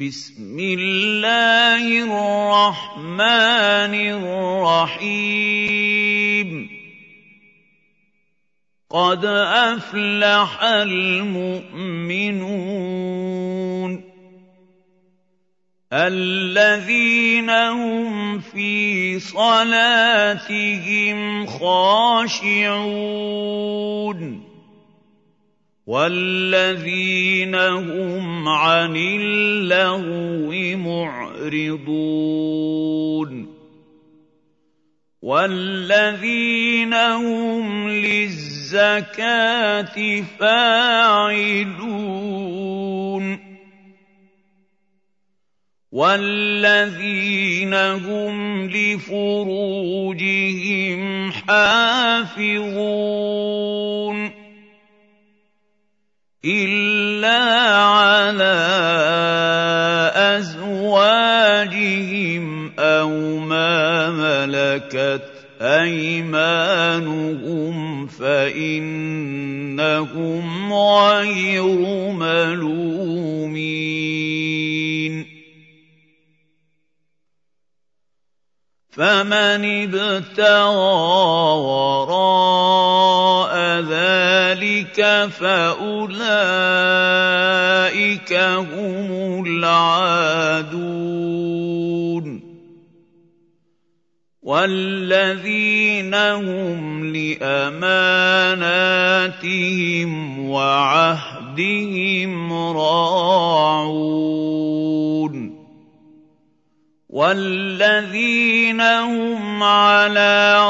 بسم الله الرحمن الرحيم قد أفلح المؤمنون الذين هم في صلاتهم خاشعون والذين هم عن اللغو معرضون والذين هم للزكاة فاعلون والذين هم لفروجهم حافظون إلا على أزواجهم أو ما ملكت أيمانهم فإنهم غير ملومين فمن ابتغى وراء ذلك فأولئك هم العادون والذين هم لأماناتهم وعهدهم راعون والذين هم على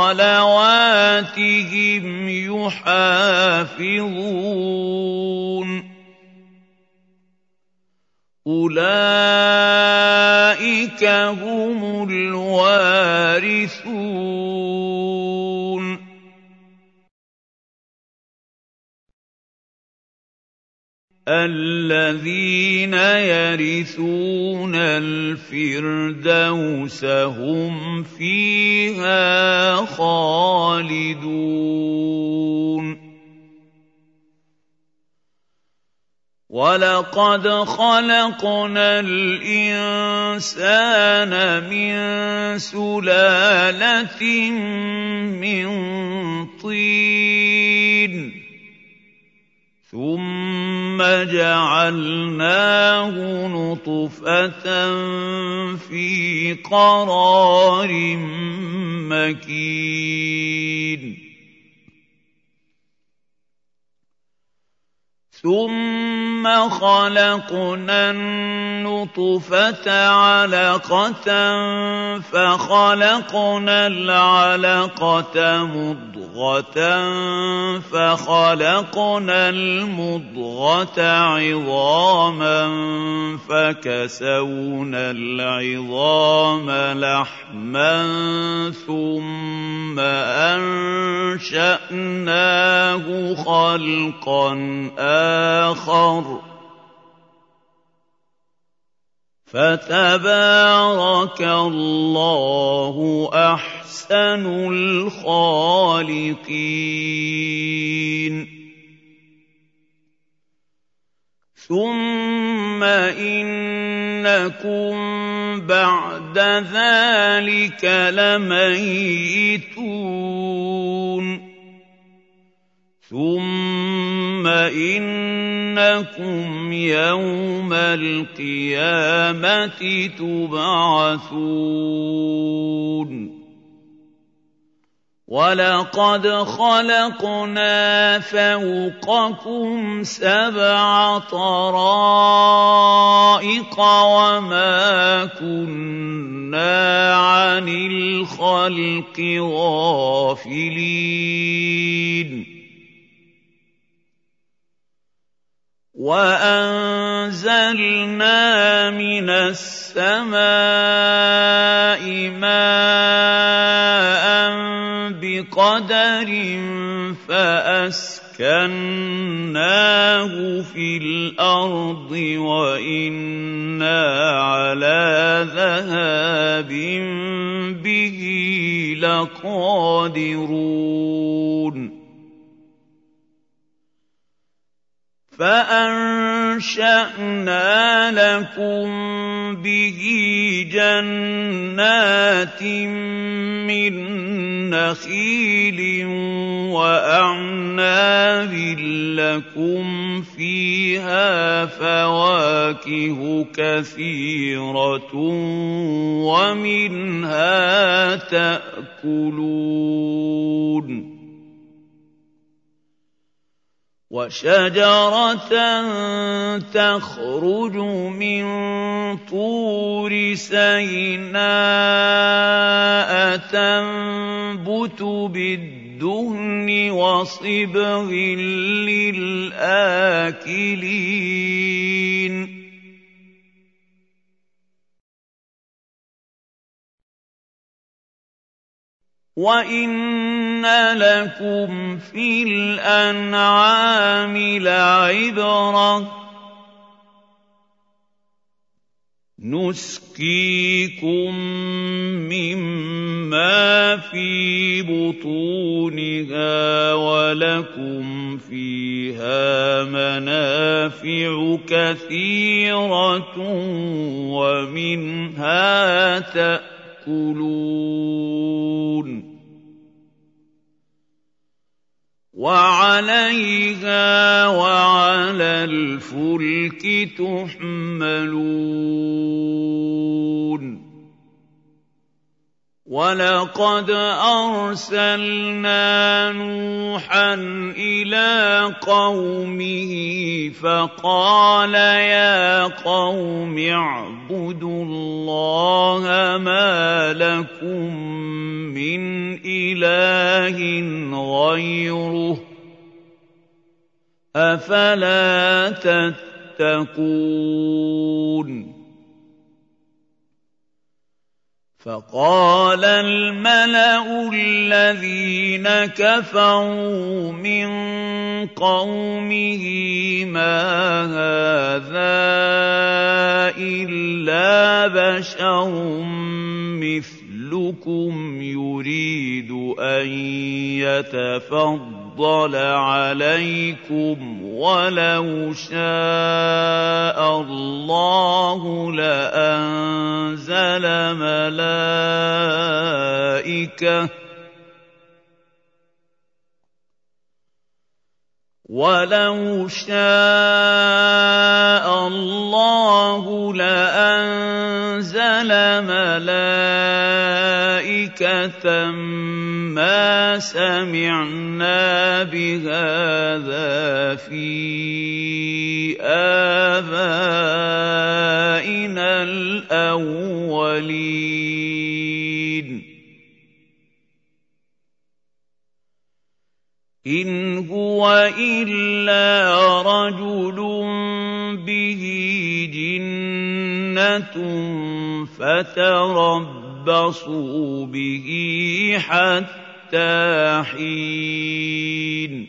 صلواتهم يحافظون أولئك هم الوارثون الذين يرثون الفردوس هم فيها خالدون ولقد خلقنا الإنسان من سلالة من طين ثم جعلناه نطفة في قرار مكين ثم خلقنا النطفة علقة فخلقنا العلقة مضغة فخلقنا المضغة عظاما فكسونا العظام لحما ثم أنشأناه خلقا آخر فتبارك الله أحسن الخالقين ثم إنكم بعد ذلك لميتون ثم إنكم يوم القيامة تبعثون ولقد خلقنا فوقكم 7 طرائق وما كنا عن الخلق غافلين وأنزلنا من السماء ماء بقدر فأسكناه في الأرض وإنا على ذهاب به لقادرون فأنشأنا لكم به جنات من نخيل وأعناب لكم فيها فواكه كثيرة ومنها تأكلون وشجرة تخرج من طور سيناء تنبت بالدهن وصبغ للآكلين وَإِنَّ لَكُمْ فِي الْأَنْعَامِ لَعِبْرَةً ۖ نُسْقِيكُم مِّمَّا فِي بُطُونِهَا وَلَكُمْ فِيهَا مَنَافِعُ كَثِيرَةٌ وَمِنْهَا تَأْكُلُونَ وَعَلَيْهَا وَعَلَى الْفُلْكِ تُحْمَلُونَ وَلَقَدْ أَرْسَلْنَا نُوحًا إِلَىٰ قَوْمِهِ فَقَالَ يَا قَوْمِ اعْبُدُوا اللَّهَ مَا لَكُم مِّنْ إِلَٰهٍ غَيْرُهُ أَفَلَا تَتَّقُونَ فَقَالَ الْمَلَأُ الَّذِينَ كَفَرُوا مِن قَوْمِهِ مَا هَٰذَا إِلَّا بَشَرٌ مِّثْلُكُمْ يُرِيدُ أَن يَتَفَضَّلَ عَلَيْكُمْ وَلَوْ شَاءَ اللَّهُ لَأَنزَلَ مَلَائِكَةً مَّا سَمِعْنَا بِهَٰذَا فِي آبَائِنَا الْأَوَّلِينَ إِنْ هُوَ إِلَّا رَجُلٌ بِهِ جِنَّةٌ فَتَرَبَّصُوا بِهِ حَتَّىٰ حِينٍ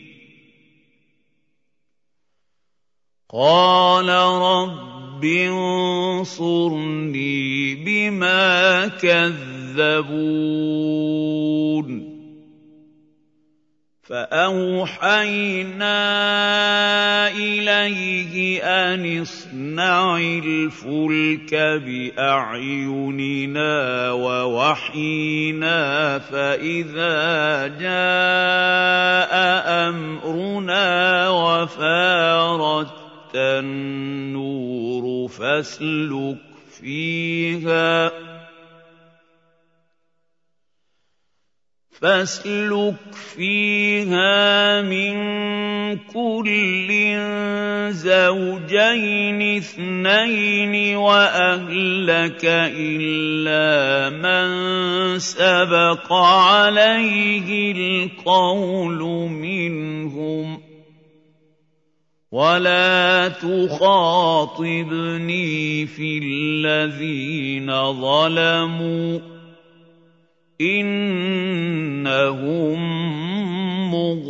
قَالَ رَبِّ انصُرْنِي بِمَا كَذَّبُونِ فَأَوْحَيْنَا إِلَيْهِ أَنِ اصْنَعِ الْفُلْكَ بِأَعْيُنِنَا وَوَحْيِنَا فَإِذَا جَاءَ أَمْرُنَا وَفَارَتِ النُّورُ فاسلك فيها من كل زوجين اثنين وأهلك إلا من سبق عليه القول منهم ولا تخاطبني في الذين ظلموا إنهم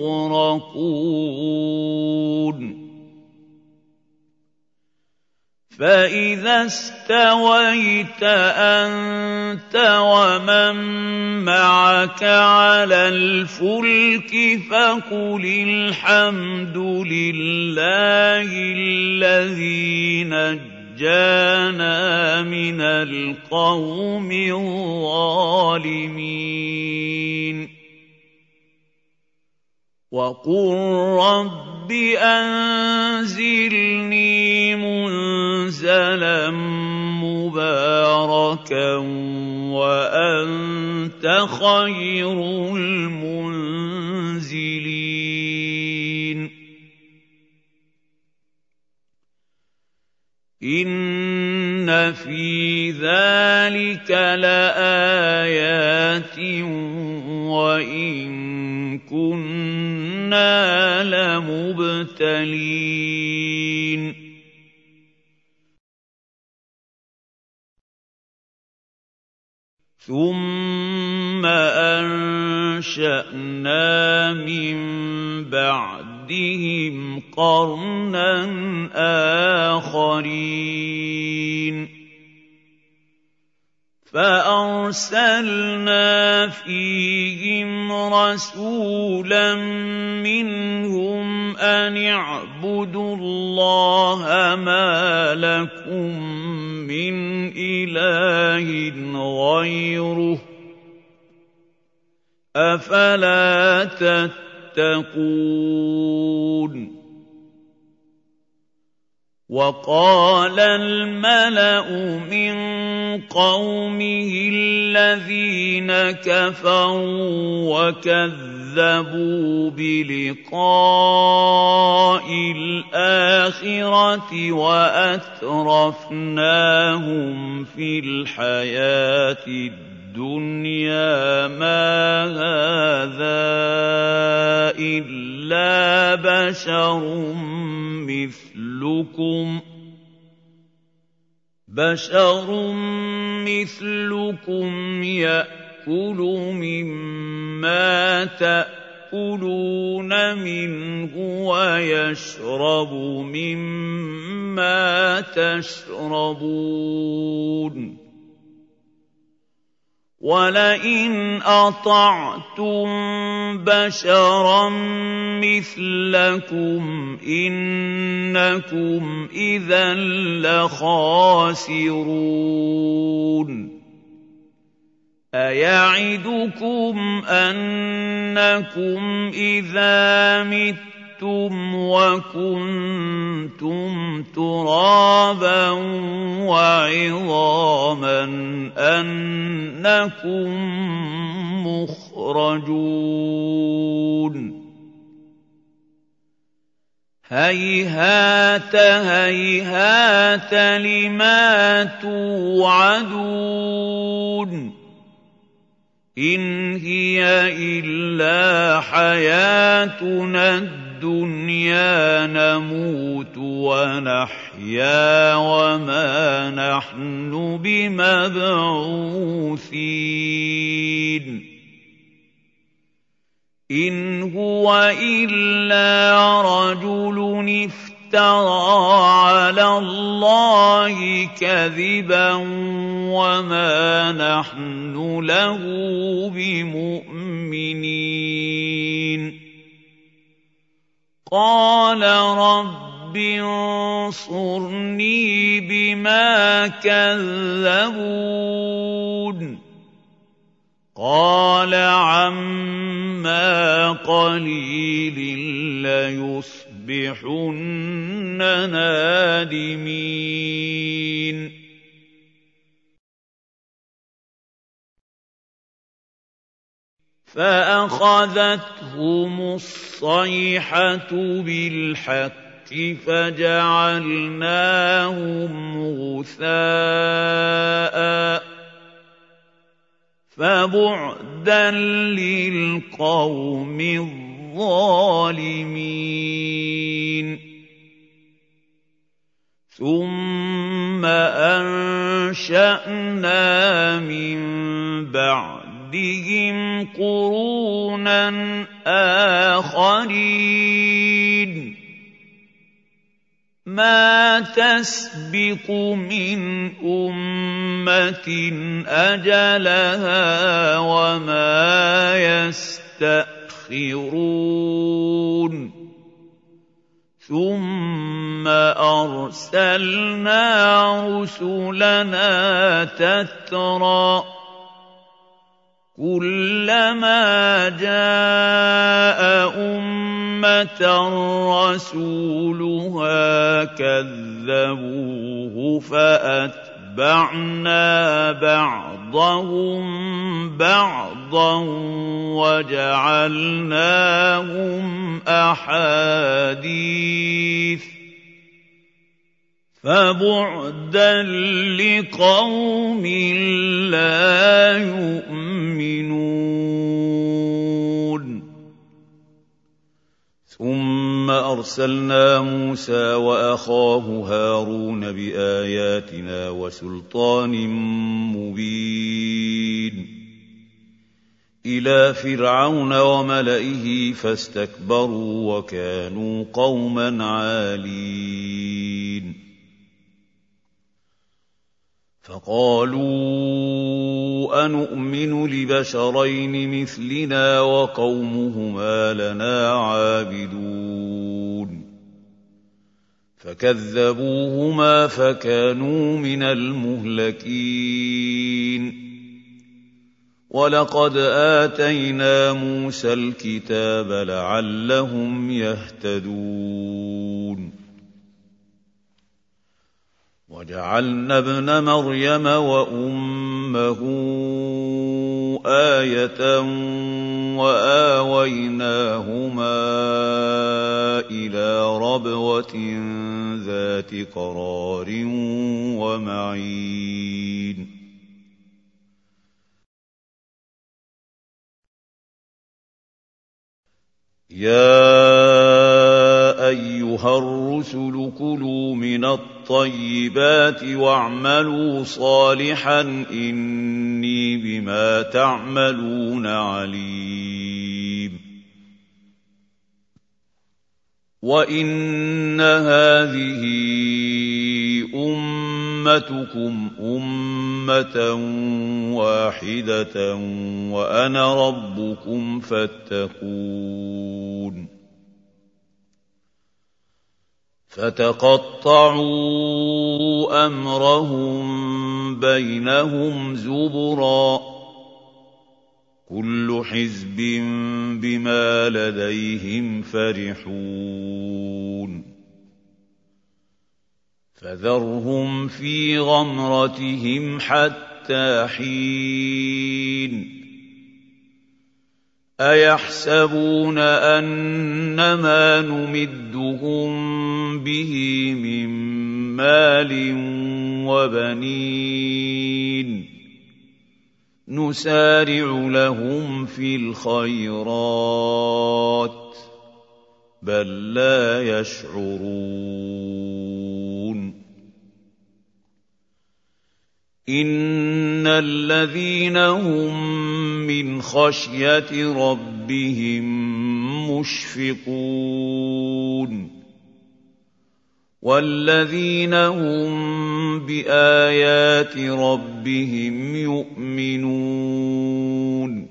مغرقون فَإِذَا اسْتَوَيْتَ أَنتَ وَمَن مَّعَكَ عَلَى الْفُلْكِ فَقُلِ الْحَمْدُ لِلَّهِ الَّذِي نَجَّانَا مِنَ الْقَوْمِ الظَّالِمِينَ وَقُل رَّبِّ أَنزِلْنِي مُنزَلًا مُّبَارَكًا وَأَنتَ خَيْرُ الْمُنزِلِينَ إِنَّ فِي ذَلِكَ لَآيَاتٍ وَإِن كُنَّا لَمُبْتَلِينَ ثُمَّ أَنشَأْنَا مِن بَعْدِهِمْ قَرْنًا آخَرِينَ فَأَرْسَلْنَا فِيهِمْ رَسُولًا مِّنْهُمْ أَنِ اعْبُدُوا اللَّهَ مَا لَكُم مِّنْ إِلَٰهٍ غَيْرُهُ ۖ أَفَلَا تَتَّقُونَ وَقَالَ الْمَلَأُ مِن قَوْمِهِ الَّذِينَ كَفَرُوا وَكَذَّبُوا بِلِقَاءِ الْآخِرَةِ وَأَتْرَفْنَاهُمْ فِي الْحَيَاةِ الدُّنْيَا مَا هَٰذَا إِلَّا بَشَرٌ مِّثْلُكُمْ يَأْكُلُ مِمَّا تَأْكُلُونَ مِنْهُ وَيَشْرَبُ مِمَّا تَشْرَبُونَ وَلَئِنْ أَطَعْتُم بَشَرًا مِّثْلَكُمْ إِنَّكُمْ إِذًا لَّخَاسِرُونَ أَيَعِدُكُمْ أَنَّكُمْ إِذَا مِتُّمْ وَكُنتُمْ تُرَابًا وَعِظَامًا أَنَّكُم مُّخْرَجُونَ هَيْهَاتَ هَيْهَاتَ لِمَا تُوعَدُونَ إِنْ هِيَ إِلَّا حَيَاتُنَا الدُّنْيَا نَمُوتُ وَنَحْيَا وَمَا نَحْنُ بِمَبْعُوثِينَ إِنْ هُوَ إِلَّا رَجُلٌ افْتَرَىٰ عَلَى اللَّهِ كَذِبًا وَمَا نَحْنُ لَهُ بِمُؤْمِنِينَ قَالَ رَبِّ انصُرْنِي بِمَا كَذَّبُونِ قَالَ عَمَّا قَلِيلٍ لَّيُصْبِحُنَّ نَادِمِينَ فَأَخَذَتْهُمُ الصَّيْحَةُ بِالْحَقِّ فَجَعَلْنَاهُمْ غُثَاءً فَبُعْدًا لِّلْقَوْمِ الظَّالِمِينَ ثُمَّ أَنشَأْنَا مِن بَعْدِهِمْ قُرُونًا آخَرِينَ مَا تَسْبِقُ مِنْ أُمَّةٍ أَجَلَهَا وَمَا يَسْتَأْخِرُونَ ثُمَّ أَرْسَلْنَا رُسُلَنَا تَتْرَىٰ كُلَّمَا جَاءَ أُمَّةً رَّسُولُهَا كَذَّبُوهُ فَأَتْبَعْنَا بَعْضَهُم بَعْضًا وَجَعَلْنَاهُمْ أَحَادِيثَ فَبُعْدًا لِّقَوْمٍ لَّا يُؤْمِنُونَ ثُمَّ أَرْسَلْنَا مُوسَىٰ وَأَخَاهُ هَارُونَ بِآيَاتِنَا وَسُلْطَانٍ مُّبِينٍ إِلَىٰ فِرْعَوْنَ وَمَلَئِهِ فَاسْتَكْبَرُوا وَكَانُوا قَوْمًا عَالِينَ فَقَالُوا أَنُؤْمِنُ لِبَشَرَيْنِ مِثْلِنَا وَقَوْمُهُمَا لَنَا عَابِدُونَ فَكَذَّبُوهُمَا فَكَانُوا مِنَ الْمُهْلَكِينَ وَلَقَدْ آتَيْنَا مُوسَى الْكِتَابَ لَعَلَّهُمْ يَهْتَدُونَ وَجَعَلْنَا ابْنَ مَرْيَمَ وَأُمَّهُ آيَةً وَآوَيْنَاهُمَا إِلَىٰ رَبْوَةٍ ذَاتِ قَرَارٍ وَمَعِينٍ يَا أَيُّهَا الرُّسُلُ كُلُوا مِنَ الطَّيِّبَاتِ وَاعْمَلُوا صَالِحًا إِنِّي بِمَا تَعْمَلُونَ عَلِيمٌ وَإِنَّ هَٰذِهِ أُمَّتُكُمْ أُمَّةً وَاحِدَةً وَأَنَا رَبُّكُمْ فَاتَّقُونِ فَتَقَطَّعُوا أَمْرَهُم بَيْنَهُمْ زُبُرًا ۖ كُلُّ حِزْبٍ بِمَا لَدَيْهِمْ فَرِحُونَ فَذَرْهُمْ فِي غَمْرَتِهِمْ حَتَّىٰ حِينٍ أَيَحْسَبُونَ أَنَّمَا نُمِدُّهُم بِهِ مِن مَّالٍ وَبَنِينَ نُسَارِعُ لَهُمْ فِي الْخَيْرَاتِ بَل لَّا يَشْعُرُونَ إِنَّ الَّذِينَ هُم مِّنْ خَشْيَةِ رَبِّهِم مُّشْفِقُونَ وَالَّذِينَ هُم بِآيَاتِ رَبِّهِمْ يُؤْمِنُونَ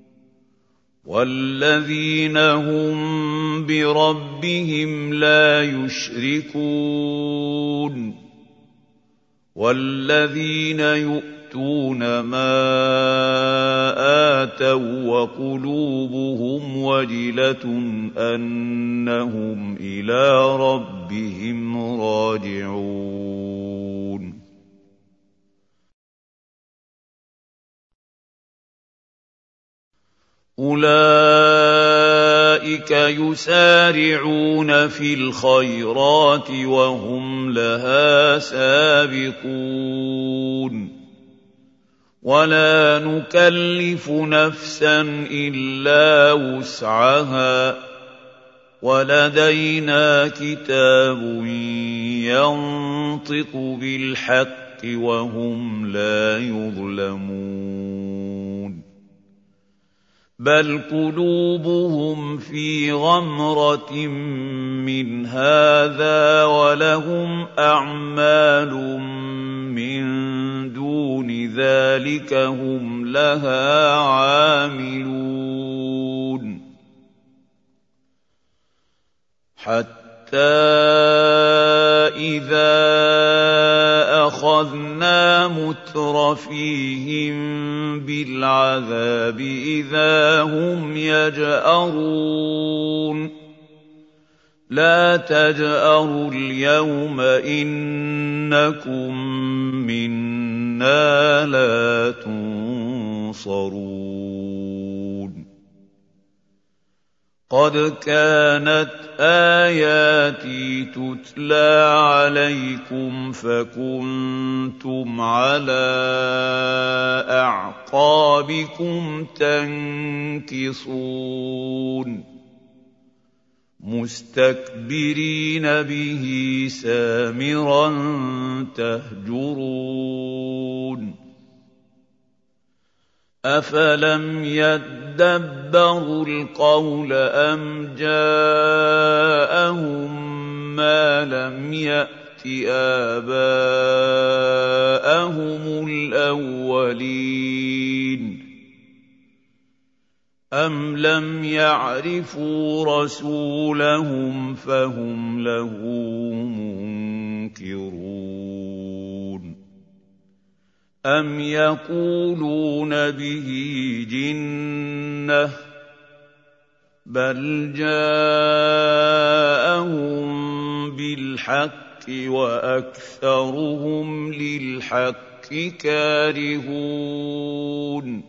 وَالَّذِينَ هُم بِرَبِّهِمْ لَا يُشْرِكُونَ وَالَّذِينَ يُؤْتُونَ ما آتوا وقلوبهم وجلة أنهم إلى ربهم راجعون أولئك يسارعون في الخيرات وهم لها سابقون ولا نكلف نفسا إلا وسعها ولدينا كتاب ينطق بالحق وهم لا يظلمون بل قلوبهم في غمرة من هذا ولهم أعمال من دون ذلك هم لها عاملون حتى إذا أخذنا مترفيهم بالعذاب إذا هم يجأرون لا تجأروا اليوم إنكم منا لا تنصرون قد كانت آياتي تتلى عليكم فكنتم على أعقابكم تنكصون مستكبرين به سامرا تهجرون أفلم يدبروا القول أم جاءهم ما لم يأت آباءهم الأولين أم لم يعرفوا رسولهم فهم له منكرون أم يقولون به جنة بل جاءهم بالحق وأكثرهم للحق كارهون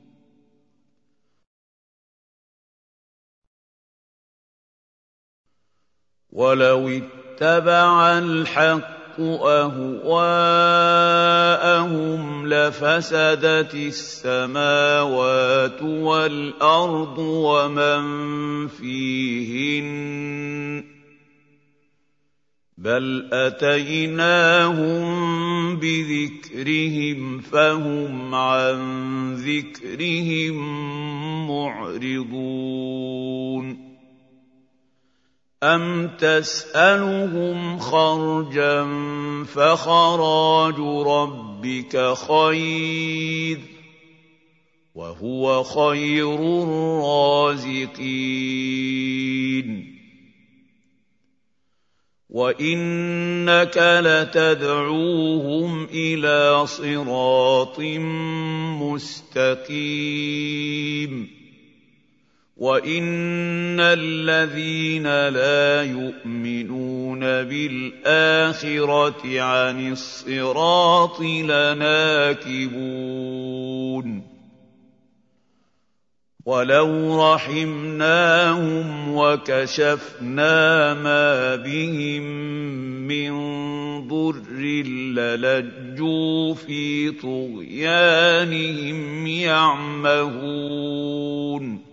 ولو اتبع الحق أهواءهم لفسدت السماوات والأرض ومن فيهن بل أتيناهم بذكرهم فهم عن ذكرهم معرضون أم تسألهم خرجا فخراج ربك خير وهو خير الرازقين وإنك لتدعوهم إلى صراط مستقيم وَإِنَّ الَّذِينَ لَا يُؤْمِنُونَ بِالْآخِرَةِ عَنِ الصِّرَاطِ لَنَاكِبُونَ وَلَوْ رَحِمْنَاهُمْ وَكَشَفْنَا مَا بِهِم مِّن ضُرٍّ لَّلَجُّوا فِي طُغْيَانِهِمْ يَعْمَهُونَ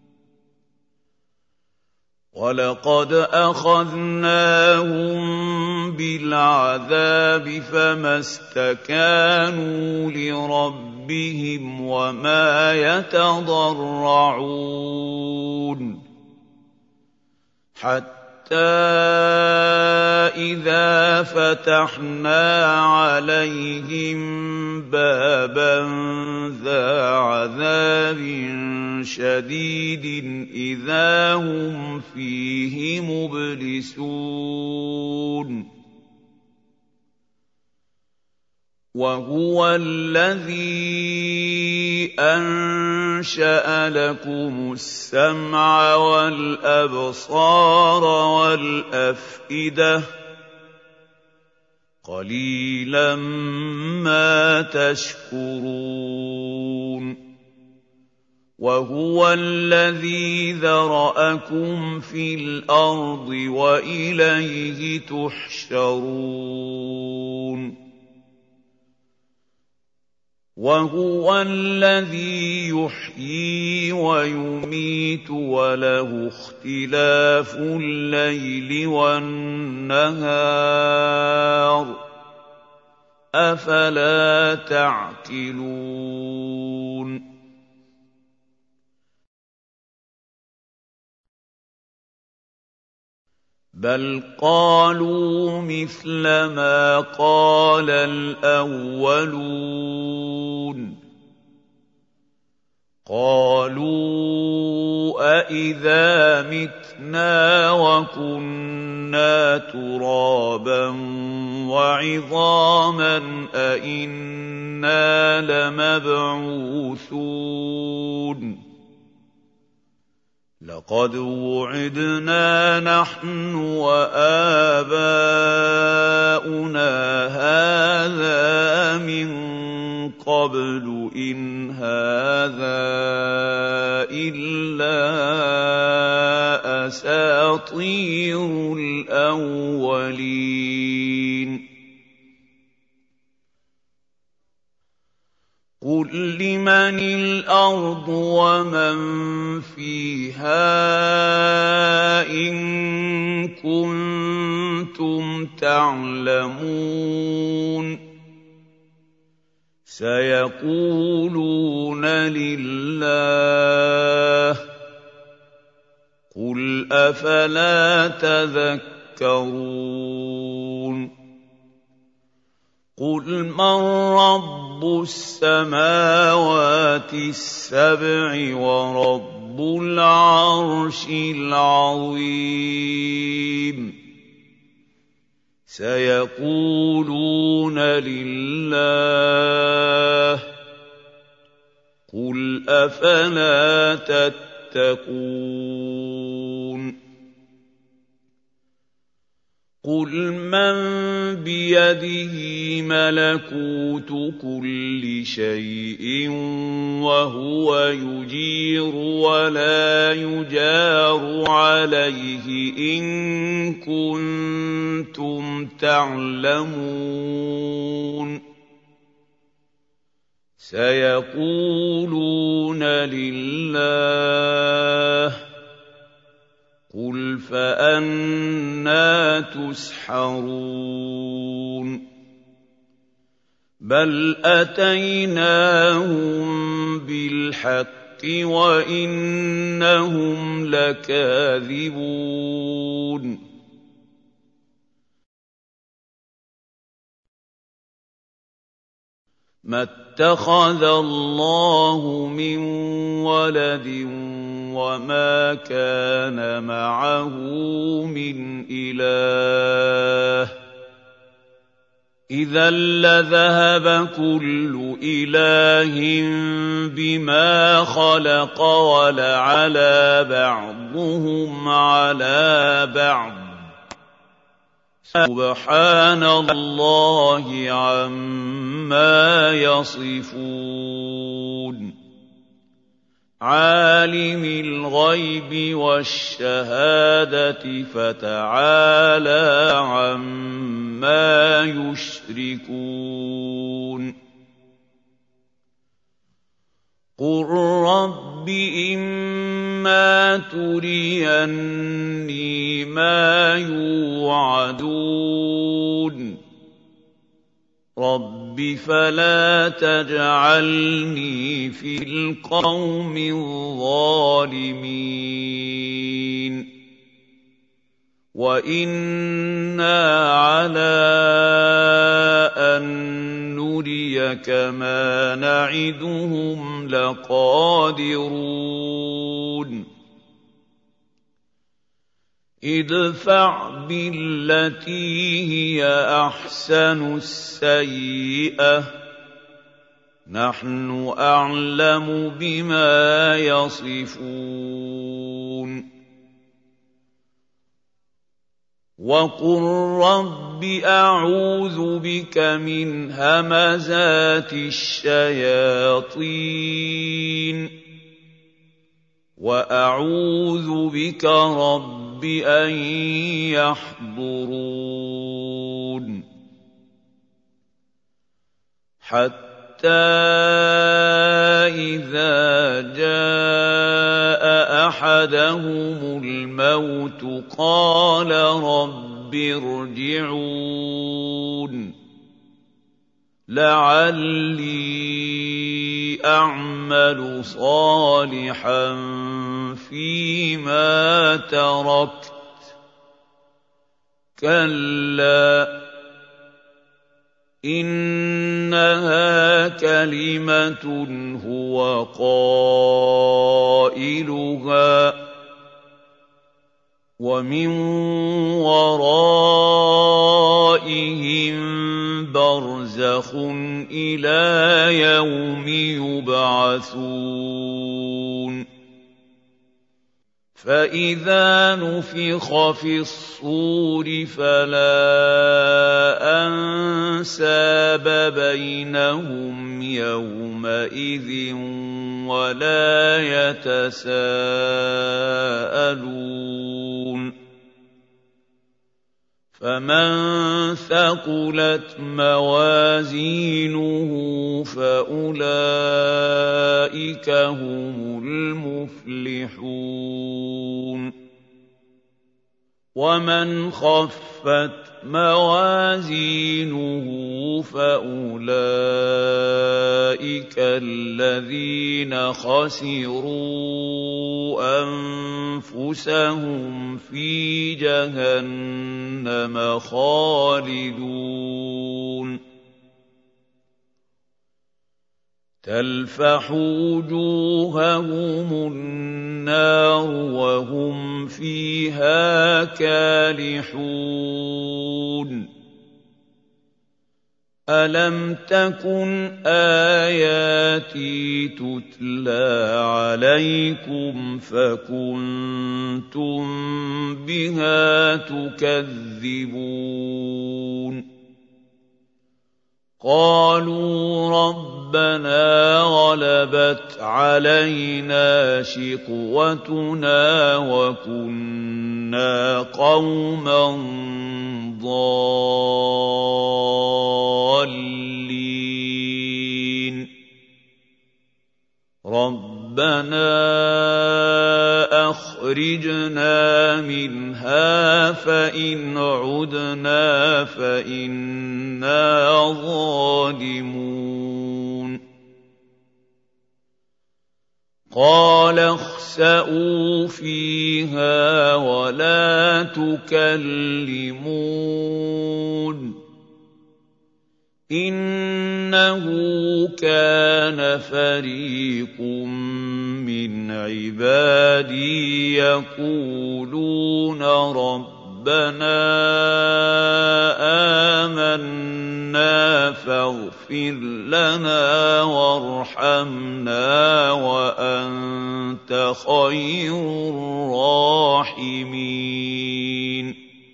وَلَقَدْ أَخَذْنَاهُم بِالْعَذَابِ فَمَا اسْتَكَانُوا لِرَبِّهِمْ وَمَا يَتَضَرَّعُونَ حَتَّىٰ إِذَا فَتَحْنَا عَلَيْهِم بَابًا ذَا عَذَابٍ شَدِيدٍ إِذَا هُمْ فِيهِ مُبْلِسُونَ وَهُوَ الَّذِي أَنشَأَ لَكُمُ السَّمْعَ وَالْأَبْصَارَ وَالْأَفْئِدَةَ قَلِيلًا مَّا تَشْكُرُونَ وَهُوَ الَّذِي ذَرَأَكُمْ فِي الْأَرْضِ وَإِلَيْهِ تُحْشَرُونَ وَهُوَ الَّذِي يُحْيِي وَيُمِيتُ وَلَهُ اخْتِلَافُ اللَّيْلِ وَالنَّهَارِ أَفَلَا تَعْقِلُونَ بَلْ قَالُوا مِثْلَ مَا قَالَ الْأَوَّلُونَ قَالُوا أَإِذَا مِتْنَا وَكُنَّا تُرَابًا وَعِظَامًا أَإِنَّا لَمَبْعُوثُونَ لَقَدْ وُعِدْنَا نَحْنُ وَآبَاؤُنَا هَٰذَا مِن قَبْلُ إِنْ هَٰذَا إِلَّا أَسَاطِيرُ الْأَوَّلِينَ قُل لِّمَنِ الْأَرْضُ وَمَن فِيهَا إِن كُنتُمْ تَعْلَمُونَ سَيَقُولُونَ لِلَّهِ قُلْ أَفَلَا تَذَكَّرُونَ قُلْ مَن رَّبُّ السَّمَاوَاتِ السَّبْعِ وَرَبُّ الْعَرْشِ الْعَظِيمِ سَيَقُولُونَ لِلَّهِ قُلْ أَفَلَا تَتَّقُونَ قُلْ مَن بِيَدِهِ مَلَكُوتُ كُلِّ شَيْءٍ وَهُوَ يُجِيرُ وَلَا يُجَارُ عَلَيْهِ إِن كُنتُمْ تَعْلَمُونَ سَيَقُولُونَ لِلَّهِ قُلْ فَأَنَّىٰ تُسْحَرُونَ بَلْ أَتَيْنَاهُم بِالْحَقِّ وَإِنَّهُمْ لَكَاذِبُونَ مَا اتَّخَذَ اللَّهُ مِن وَلَدٍ وَمَا كَانَ مَعَهُ مِنْ إِلَٰهٍ إِذًا لَّذَهَبَ كُلُّ إِلَٰهٍ بِمَا خَلَقَ وَلَعَلَا بَعْضُهُمْ عَلَىٰ بَعْضٍ سُبْحَانَ اللَّهِ عَمَّا يَصِفُونَ عَالِمِ الْغَيْبِ وَالشَّهَادَةِ فَتَعَالَىٰ عَمَّا يُشْرِكُونَ قُل رَّبِّ إِمَّا تُرِيَنِّي مَا يُوعَدُونَ رَبِّ فَلَا تَجْعَلْنِي فِي الْقَوْمِ الظَّالِمِينَ وَإِنَّا عَلَىٰ أَن نُّرِيَكَ مَا نَعِدُهُمْ لَقَادِرُونَ ادْفَعْ بِالَّتِي هِيَ أَحْسَنُ السَّيِّئَةَ نَحْنُ أَعْلَمُ بِمَا يَصِفُونَ وَقُل رَّبِّ أَعُوذُ بِكَ مِنْ هَمَزَاتِ الشَّيَاطِينِ وَأَعُوذُ بِكَ رَبِّ أَن يَحْضُرُونِ حَتَّىٰ إِذَا جَاءَ أَحَدَهُمُ الْمَوْتُ قَالَ رَبِّ ارْجِعُونِ لَعَلِّي أَعْمَلُ صَالِحًا فِيمَا تَرَكْتُ كَلَّا إِنَّهَا كَلِمَةٌ هُوَ قَائِلُهَا وَمِن وَرَائِهِم بَرْزَخٌ إِلَىٰ يَوْمِ يُبْعَثُونَ فَإِذَا نُفِخَ فِي الصُّورِ فَلَا أَنسَابَ بَيْنَهُمْ يَوْمَئِذٍ وَلَا يَتَسَاءَلُونَ فَمَن ثَقُلَتْ مَوَازِينُهُ فَأُولَٰئِكَ هُمُ الْمُفْلِحُونَ وَمَنْ خَفَّتْ مَوَازِينُهُ فَأُولَٰئِكَ الَّذِينَ خَسِرُوا أَنفُسَهُمْ فِي جَهَنَّمَ خَالِدُونَ تَلْفَحُ وُجُوهَهُمُ النَّارُ وَهُمْ فِيهَا كَالِحُونَ أَلَمْ تَكُنْ آيَاتِي تُتْلَىٰ عَلَيْكُمْ فَكُنتُم بِهَا تُكَذِّبُونَ قَالُوا رَبَّنَا غَلَبَتْ عَلَيْنَا شِقْوَتُنَا وَكُنَّا قَوْمًا ضَالِّينَ رَبَّنَا أَخْرِجْنَا مِنْهَا فَإِنْ عُدْنَا فَإِنَّا ظَالِمُونَ قَالَ اخْسَئُوا فِيهَا وَلَا تُكَلِّمُونِ إِنَّهُ كَانَ فَرِيقٌ مِّنْ عِبَادِي يَقُولُونَ رَبَّنَا آمَنَّا فَاغْفِرْ لَنَا وَارْحَمْنَا وَأَنتَ خَيْرُ الرَّاحِمِينَ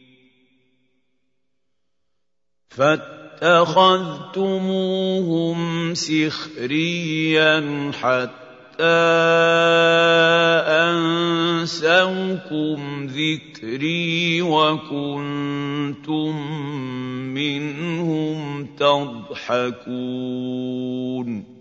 فَاتَّخَذْتُمُوهُمْ سِخْرِيًّا حَتَّىٰ أَنسَوْكُمْ ذِكْرِي وَكُنتُم مِّنْهُمْ تَضْحَكُونَ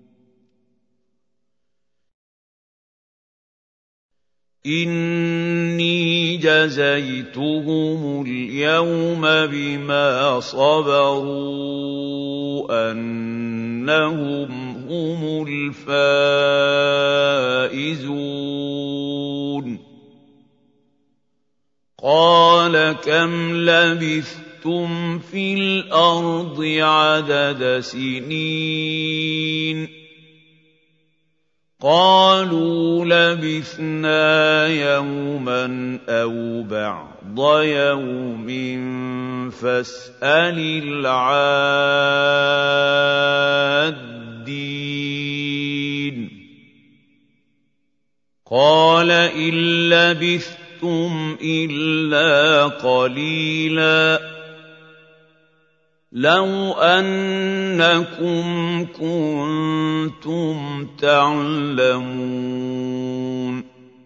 إِنِّي جَزَيْتُهُمُ الْيَوْمَ بِمَا صَبَرُوا أَنَّهُمْ هُمُ الْفَائِزُونَ قَالَ كَمْ لَبِثْتُمْ فِي الْأَرْضِ عَدَدَ سِنِينَ قَالُوا لَبِثْنَا يَوْمًا أَوْ بَعْضَ يَوْمٍ فَاسْأَلِ الْعَادِّينَ قَالَ إِن لَّبِثْتُمْ إِلَّا قَلِيلًا لَوْ أَنَّكُمْ كُنتُمْ تَعْلَمُونَ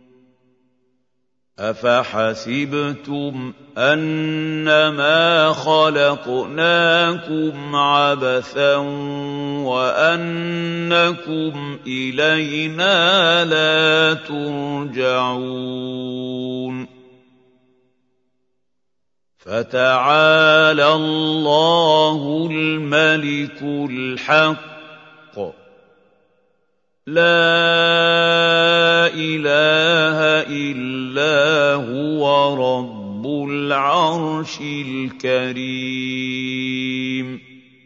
أَفَحَسِبْتُمْ أَنَّمَا خَلَقْنَاكُمْ عَبَثًا وَأَنَّكُمْ إِلَيْنَا لَا تُرْجَعُونَ فَتَعَالَى اللَّهُ الْمَلِكُ الْحَقُّ لَا إِلَٰهَ إِلَّا هُوَ رَبُّ العرش الكريم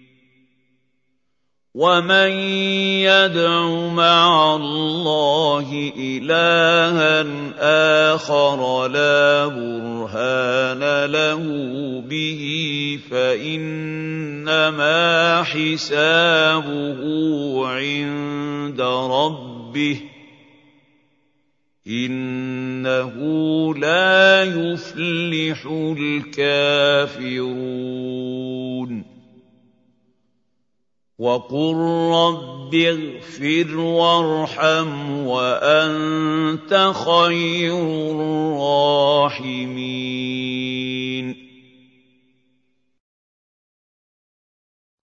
ومن يدع مع الله إلها آخر لا برهان له به فإنما حسابه عند ربه إنه لا يفلح الكافرون وقل رب اغفر وارحم وأنت خير الراحمين